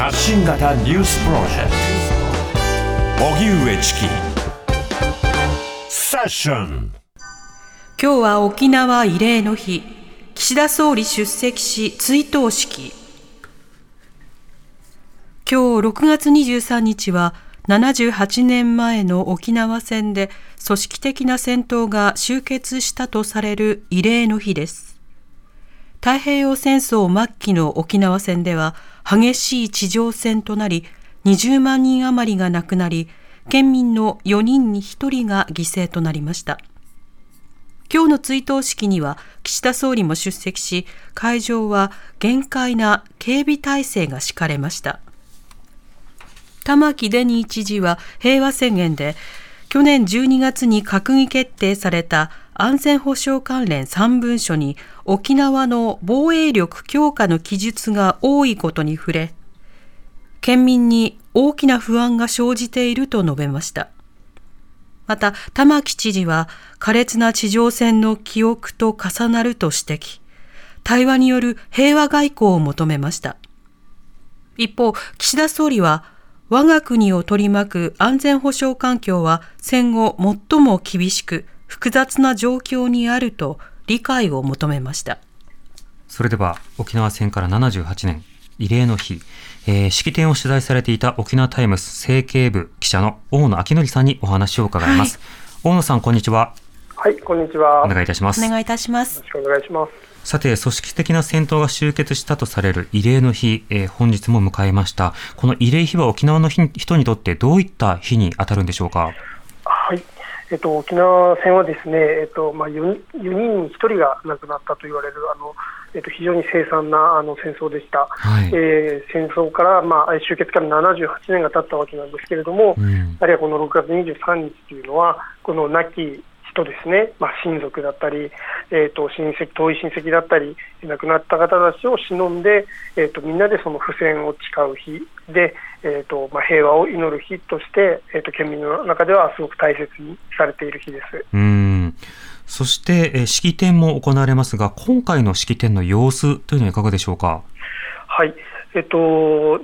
発信型ニュースプロジェクト荻上チキセッション。 今日は沖縄慰霊の日。岸田総理出席し追悼式。今日6月23日は78年前の沖縄戦で組織的な戦闘が終結したとされる慰霊の日です。太平洋戦争末期の沖縄戦では激しい地上戦となり、20万人余りが亡くなり、県民の4人に1人が犠牲となりました。今日の追悼式には岸田総理も出席し、会場は厳戒な警備態勢が敷かれました。玉城デニー知事は平和宣言で、去年12月に閣議決定された安全保障関連3文書に沖縄の防衛力強化の記述が多いことに触れ、県民に大きな不安が生じていると述べました。また玉城知事は苛烈な地上戦の記憶と重なると指摘、対話による平和外交を求めました。一方、岸田総理は我が国を取り巻く安全保障環境は戦後最も厳しく複雑な状況にあると理解を求めました。 それでは沖縄戦から78年慰霊の日、式典を取材されていた沖縄タイムス政経部記者の大野明則さんにお話を伺います、大野さん、こんにちは。 はい、こんにちは。 お願いいたします。 お願いいたします。 よろしくお願いします。 さて、組織的な戦闘が終結したとされる慰霊の日、本日も迎えました。この慰霊日は沖縄の人にとってどういった日に当たるんでしょうか。 はい、沖縄戦はですね、4人に1人が亡くなったと言われる非常に凄惨な戦争でした、戦争から、終結から78年が経ったわけなんですけれども、あるいはこの6月23日というのはこの亡き人ですね、親族だったり、遠い親戚だったり亡くなった方たちを偲んで、みんなでその不戦を誓う日で、平和を祈る日として、県民の中ではすごく大切にされている日です。 そして、式典も行われますが、今回の式典の様子というのはいかがでしょうか。 はい、実は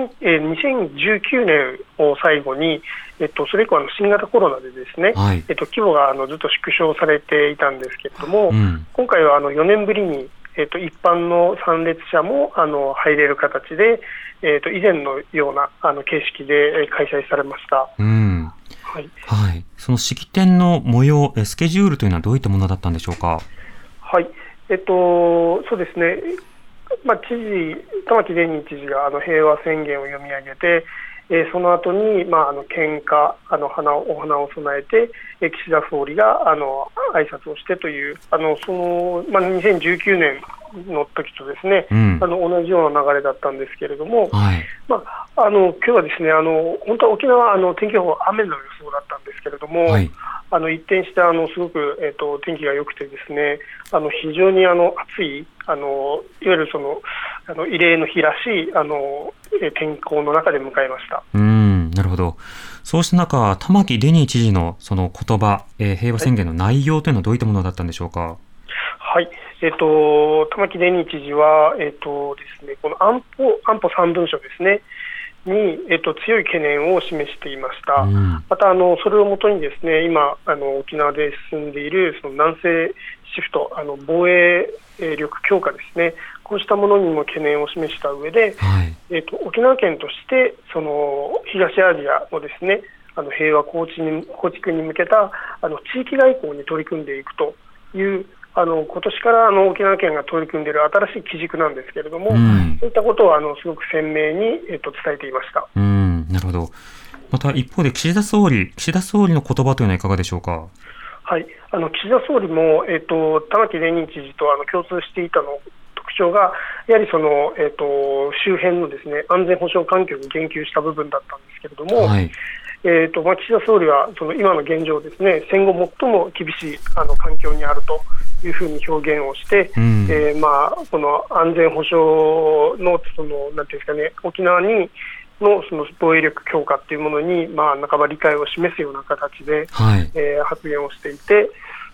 2019年を最後に、それ以降新型コロナでですね、規模がずっと縮小されていたんですけれども、今回は4年ぶりに、一般の参列者も入れる形で、以前のような形式で開催されました。その式典の模様、スケジュールというのはどういったものだったんでしょうか。 はい、そうですね、玉城デニー知事が平和宣言を読み上げて、その後に、献花、お花を備えて、岸田総理が挨拶をしてという、2019年の時とですね、同じような流れだったんですけれども、今日はですね、本当は沖縄は天気予報雨の予想だったんですけれども、一転してすごく、天気が良くてですね、非常に暑い、いわゆる慰霊の日らしい天候の中で迎えました。 なるほど。そうした中、玉城デニー知事のその言葉、平和宣言の内容というのはどういったものだったんでしょうか。 はい、玉城デニー知事は、ですね、この安保3文書ですねに、強い懸念を示していました。またそれをもとにですね、今沖縄で進んでいるその南西シフト、防衛力強化ですね、こうしたものにも懸念を示した上で、沖縄県としてその東アジアのですね、平和構築に向けた地域外交に取り組んでいくという今年から沖縄県が取り組んでいる新しい基軸なんですけれども、そういったことをすごく鮮明に、伝えていました。 なるほど。また一方で岸田総理の言葉というのはいかがでしょうか。 はい、岸田総理も、玉城デニー知事と共通していた特徴がやはりその、周辺のですね、安全保障環境に言及した部分だったんですけれども、岸田総理はその今の現状ですね、戦後最も厳しい環境にあるというふうに表現をして、この安全保障のなんていうんですかね、沖縄にのその防衛力強化というものに、半ば理解を示すような形で、発言をしていて、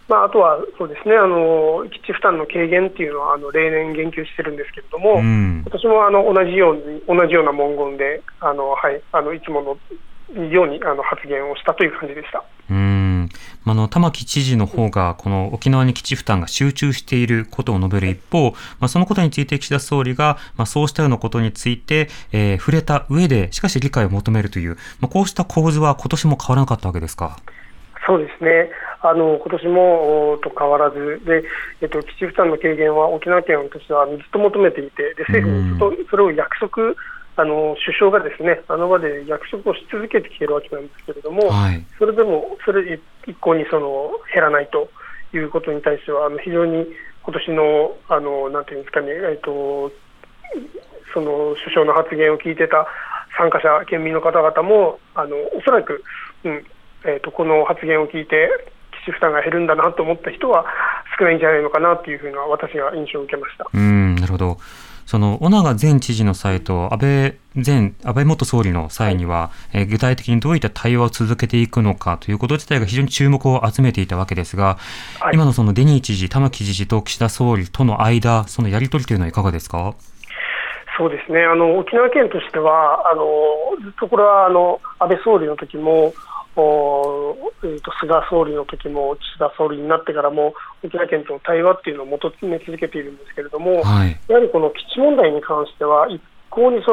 あとはそうですね、基地負担の軽減っていうのは例年言及してるんですけれども、今年も同じような文言でいつものように発言をしたという感じでした。 玉城知事の方がこの沖縄に基地負担が集中していることを述べる一方、そのことについて岸田総理が、そうしたようなことについて、触れた上でしかし理解を求めるという、こうした構図は今年も変わらなかったわけですか。 そうですね、今年もと変わらずで、基地負担の軽減は沖縄県としてはずっと求めていて、で政府にずっとそれを約束、首相がですね、場で約束をし続けてきているわけなんですけれども、それでもそれ一向に減らないということに対しては非常に今年のなんていうんですかね、その首相の発言を聞いてた参加者県民の方々もおそらく、この発言を聞いて基地負担が減るんだなと思った人は少ないんじゃないのかなというふうな私は印象を受けました。 なるほど。その尾長前知事の際と安倍元総理の際には、具体的にどういった対話を続けていくのかということ自体が非常に注目を集めていたわけですが、今のそのデニー知事、玉城知事と岸田総理との間、そのやり取りというのはいかがですか。 そうですね、沖縄県としてはずっとこれは安倍総理の時も菅総理の時も岸田総理になってからも沖縄県との対話っていうのを求め続けているんですけれども、やはりこの基地問題に関しては一向に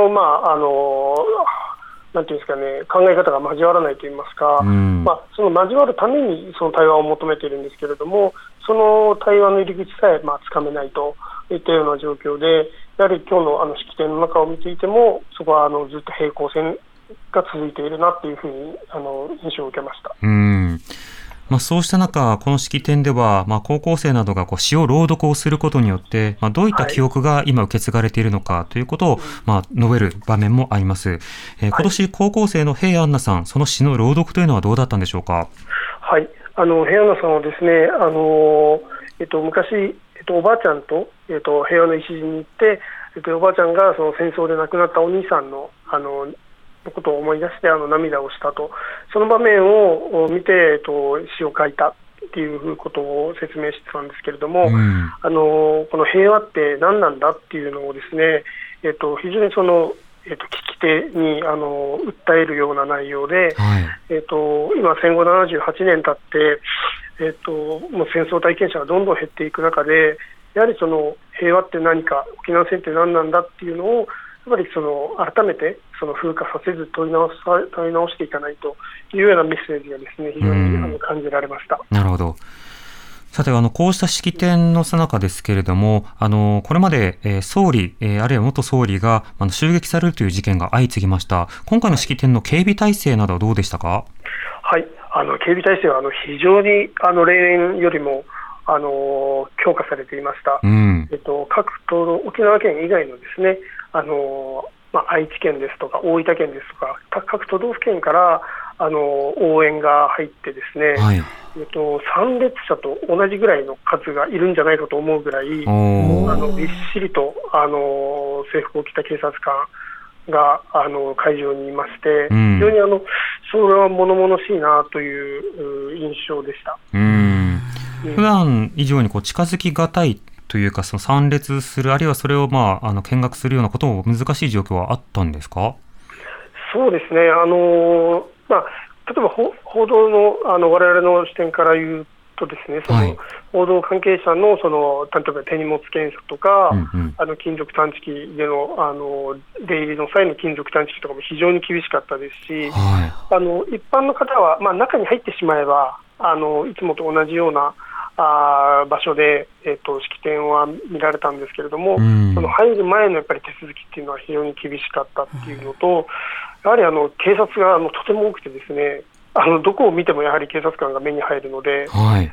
なんていうんですかね、考え方が交わらないといいますか、その交わるためにその対話を求めているんですけれども、その対話の入り口さえつかめないといったような状況で、やはり今日の式典の中を見ていてもそこはずっと平行線が続いているなというふうに印象を受けました。 そうした中、この式典では、高校生などが詩を朗読をすることによって、どういった記憶が今受け継がれているのかということを、述べる場面もあります。今年高校生の平安奈さん、その詩の朗読というのはどうだったんでしょうか。 平安奈さんはですね、昔、おばあちゃんと、平和の礎に行って、おばあちゃんがその戦争で亡くなったお兄さんのことを思い出して涙をしたと、その場面を見て、詩を書いたっていうことを説明してたんですけれども、この平和って何なんだっていうのをですね、非常に聞き手に訴えるような内容で、今戦後78年経って、もう戦争体験者がどんどん減っていく中で、やはりその平和って何か、沖縄戦って何なんだっていうのをやっぱり改めて風化させず問い直していかないというようなメッセージがですね、非常に感じられました。 なるほど。さてこうした式典の最中ですけれども、これまで、総理、あるいは元総理が襲撃されるという事件が相次ぎました。今回の式典の警備体制などはどうでしたか。 警備体制は非常に例年よりも強化されていました。各都道沖縄県以外のですね、愛知県ですとか大分県ですとか各都道府県から応援が入ってですね、参列者と同じぐらいの数がいるんじゃないかと思うぐらいびっしりと制服を着た警察官が会場にいまして、非常にそれは物々しいなという印象でした。 普段以上に近づきがたいというか、その参列する、あるいはそれを見学するようなことも難しい状況はあったんですか。 そうですね、例えば報道の我々の視点から言うとですね、報道関係者の例えば手荷物検査とか、金属探知機での出入りの際の金属探知機とかも非常に厳しかったですし、一般の方は中に入ってしまえばいつもと同じような場所で、式典は見られたんですけれども、その入る前のやっぱり手続きっていうのは非常に厳しかったっていうのと、やはり警察がとても多くてですね、どこを見てもやはり警察官が目に入るので、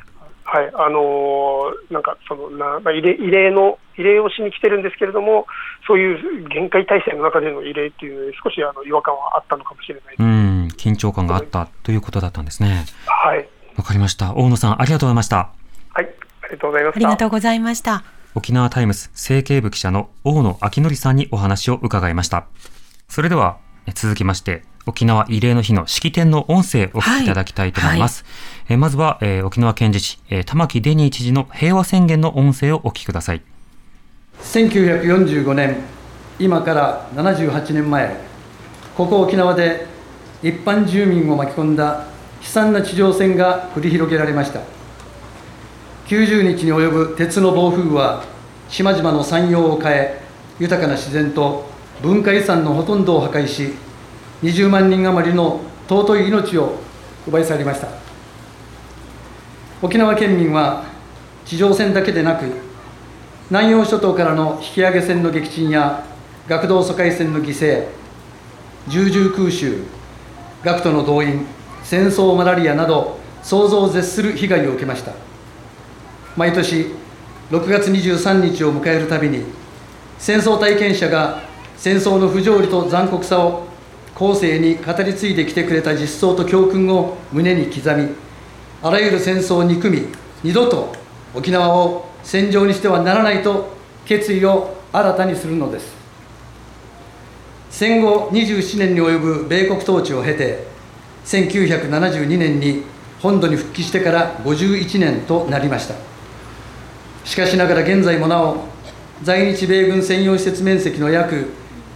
なんか異例をしに来てるんですけれども、そういう厳戒態勢の中での異例っていうので少し違和感はあったのかもしれないです。 緊張感があったということだったんですね。わかりました。大野さん、ありがとうございました。 ありがとうございました。 ありがとうございました。 沖縄タイムス政経部記者の大野昭則さんにお話を伺いました。それでは続きまして、 沖縄慰霊の日の式典の音声をお聞きいただきたいと思います。まずは、沖縄県知事、玉城デニー知事の平和宣言の音声をお聞きください。 1945年、今から78年前、ここ沖縄で一般住民を巻き込んだ悲惨な地上戦が繰り広げられました。90日に及ぶ鉄の暴風は島々の山容を変え、豊かな自然と文化遺産のほとんどを破壊し、20万人余りの尊い命を奪い去りました。沖縄県民は地上戦だけでなく、南洋諸島からの引き上げ戦の撃沈や学童疎開戦の犠牲、重々空襲、学徒の動員、戦争マラリアなど想像を絶する被害を受けました。毎年6月23日を迎えるたびに、戦争体験者が戦争の不条理と残酷さを後世に語り継いできてくれた実相と教訓を胸に刻み、あらゆる戦争を憎み、二度と沖縄を戦場にしてはならないと決意を新たにするのです。戦後27年に及ぶ米国統治を経て、1972年に本土に復帰してから51年となりました。しかしながら現在もなお、在日米軍専用施設面積の約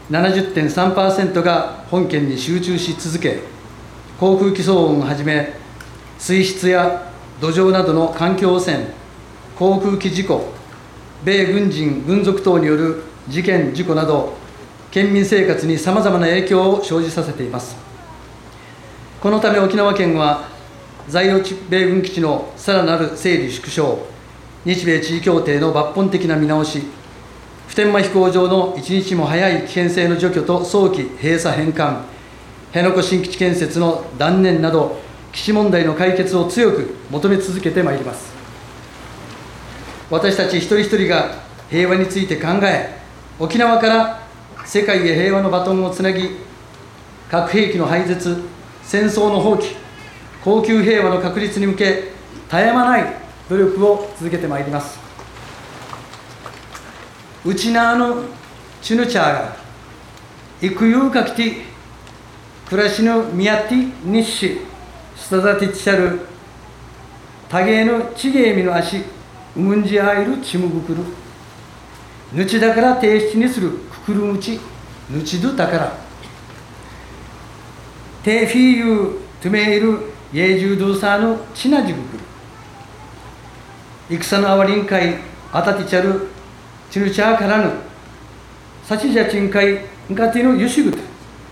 70.3% が本県に集中し続け、航空機騒音をはじめ、水質や土壌などの環境汚染、航空機事故、米軍人・軍属等による事件・事故など、県民生活にさまざまな影響を生じさせています。このため沖縄県は、在日米軍基地のさらなる整理縮小、日米地位協定の抜本的な見直し、普天間飛行場の一日も早い危険性の除去と早期閉鎖返還、辺野古新基地建設の断念など、基地問題の解決を強く求め続けてまいります。私たち一人一人が平和について考え、沖縄から世界へ平和のバトンをつなぎ、核兵器の廃絶、戦争の放棄、恒久平和の確立に向け、絶え間ない努力を続けてまいります。うちなのチヌチャーが、育遊かきて、暮らしの宮手日誌、スタダティチャル、多芸の地芸味の足、うむんじあいるちむぐくる。ぬちだから提出にするくくるむち、ぬちどだから。てフィーユーとめいる家中どうさのちなじぐくる。戦のあわりんかいあたてちゃるちぬちゃからぬ。さちじゃちんかいんかてのゆしぐと。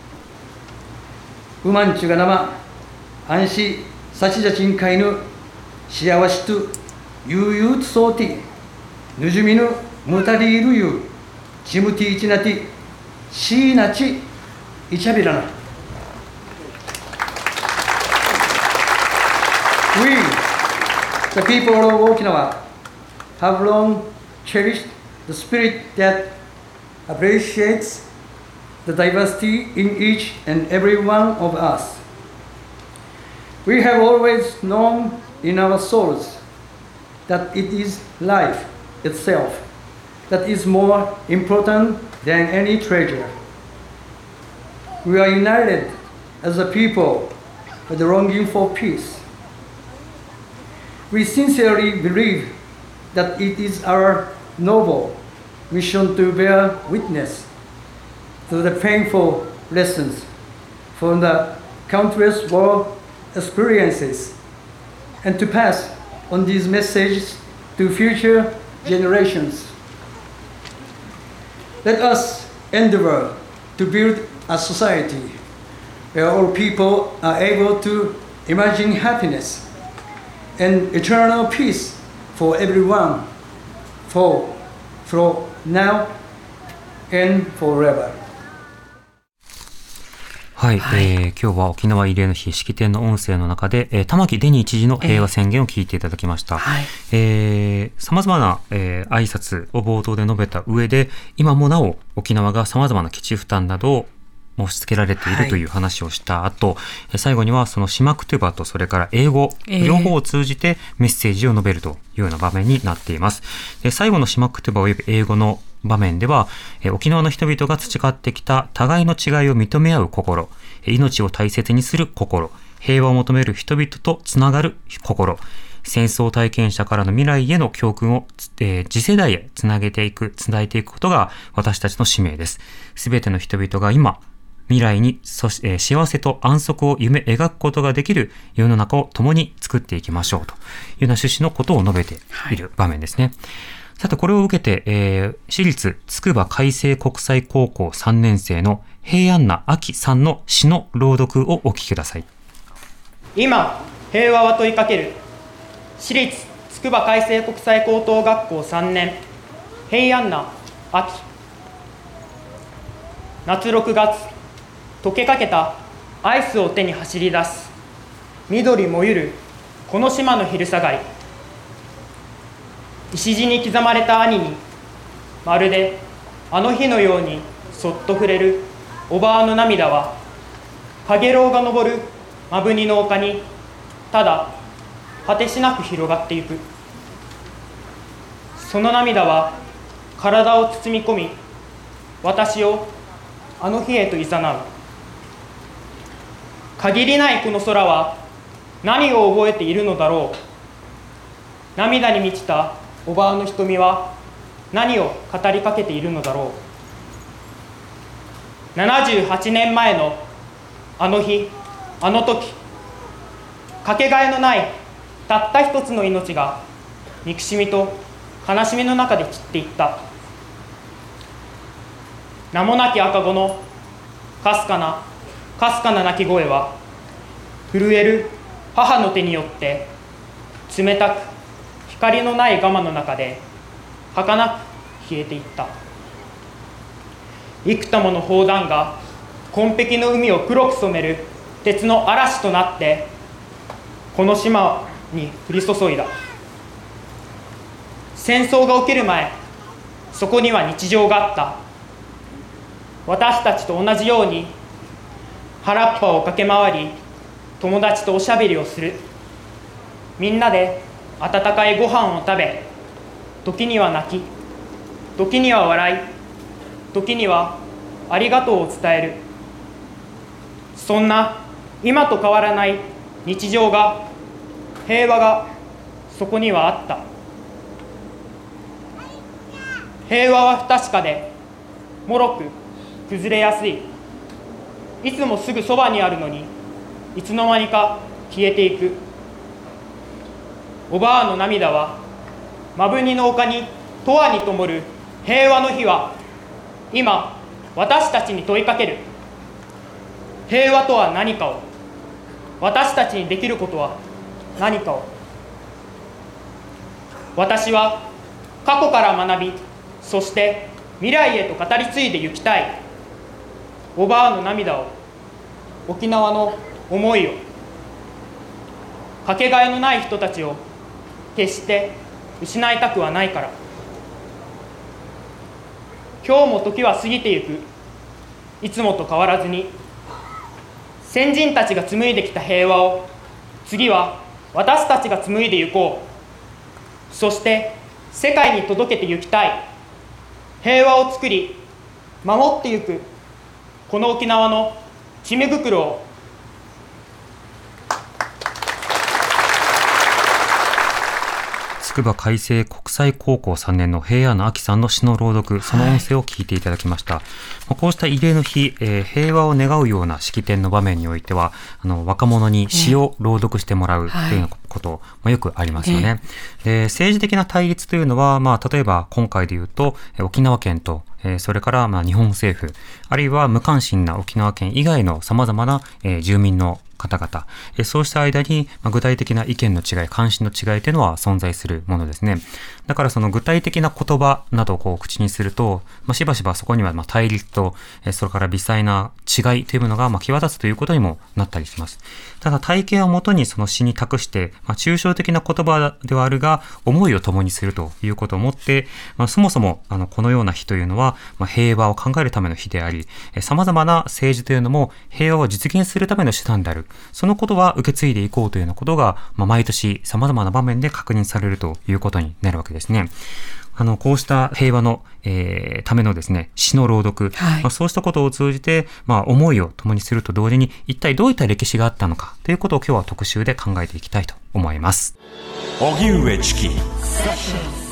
うまんちゅがなま、あんしさちじゃちんかいぬ幸しと悠々とそうて、ぬじみぬむたりいるゆう、ちむていちなて、しいなち、いちゃびらな。We, the people of Okinawa, have long cherished the spirit that appreciates the diversity in each and every one of us. We have always known in our souls that it is life itself that is more important than any treasure. We are united as a people with the longing for peace. We sincerely believe that it is our noble mission to bear witness to the painful lessons from the countless war experiences and to pass on these messages to future generations. Let us endeavor to build a society where all people are able to imagine happiness and eternal peace for everyone, from now and forever. はい、今日は沖縄慰霊の日式典の音声の中で、玉城デニー知事の平和宣言を聞いていただきました。さまざまな、挨拶を冒頭で述べた上で、今もなお沖縄がさまざまな基地負担などを申し付けられているという話をした後、最後にはそのシマクトゥバとそれから英語、両方を通じてメッセージを述べるというような場面になっています。最後のシマクトゥバおよび英語の場面では、沖縄の人々が培ってきた互いの違いを認め合う心、命を大切にする心、平和を求める人々とつながる心、戦争体験者からの未来への教訓を、次世代へ伝えていくことが私たちの使命です。すべての人々が今、未来に幸せと安息を夢描くことができる世の中を共に作っていきましょうというような趣旨のことを述べている場面ですね。さてこれを受けて、私立筑波開成国際高校3年生の平安名亜紀さんの詩の朗読をお聞きください。 今平和は問いかける私立筑波開成国際高等学校3年平安名亜紀。夏6月、溶けかけたアイスを手に走り出す緑もゆるこの島の昼下がり。石地に刻まれた兄にまるであの日のようにそっと触れるおばあの涙は、かげろうが昇るまぶにの丘にただ果てしなく広がっていく。その涙は体を包み込み、私をあの日へと誘う。限りないこの空は何を覚えているのだろう。涙に満ちたおばあの瞳は何を語りかけているのだろう。78年前のあの日あの時、かけがえのないたった一つの命が憎しみと悲しみの中で散っていった。名もなき赤子のかすかな泣き声は、震える母の手によって冷たく光のないガマの中で儚く消えていった。幾多もの砲弾が紺碧の海を黒く染める鉄の嵐となってこの島に降り注いだ。戦争が起きる前、そこには日常があった。私たちと同じように原っぱを駆け回り、友達とおしゃべりをする。みんなで温かいご飯を食べ、時には泣き、時には笑い、時にはありがとうを伝える。そんな今と変わらない日常が、平和がそこにはあった。平和は不確かでもろく崩れやすい。いつもすぐそばにあるのに、いつの間にか消えていく。おばあの涙はまぶにの丘に永遠に灯る平和の日は、今私たちに問いかける。平和とは何かを、私たちにできることは何かを。私は過去から学び、そして未来へと語り継いでゆきたい。おばあの涙を、沖縄の思いを、かけがえのない人たちを決して失いたくはないから。今日も時は過ぎてゆく。いつもと変わらずに先人たちが紡いできた平和を、次は私たちが紡いでゆこう。そして世界に届けてゆきたい。平和を作り守ってゆくこの沖縄のちみ袋を。 筑波開成国際高校3年の平安名亜紀さんの詩の朗読、その音声を聞いていただきました。こうした慰霊の日、平和を願うような式典の場面においては、若者に詩を朗読してもらうというようなこともよくありますよね。政治的な対立というのは、例えば今回でいうと沖縄県とそれから日本政府、あるいは無関心な沖縄県以外のさまざまな住民の方々、そうした間に、具体的な意見の違い、関心の違いというのは存在するものですね。だからその具体的な言葉などを口にすると、しばしばそこには対立と、それから微細な違いというものが際立つということにもなったりします。ただ体験をもとにその詩に託して、抽象的な言葉ではあるが、思いを共にするということをもって、そもそもこのような日というのは、平和を考えるための日であり、様々な政治というのも平和を実現するための手段である。そのことは受け継いでいこうというようなことが、毎年様々な場面で確認されるということになるわけですね。こうした平和の、ためのですね、詩の朗読、そうしたことを通じて、思いを共にすると同時に、一体どういった歴史があったのかということを今日は特集で考えていきたいと思います。 荻上チキ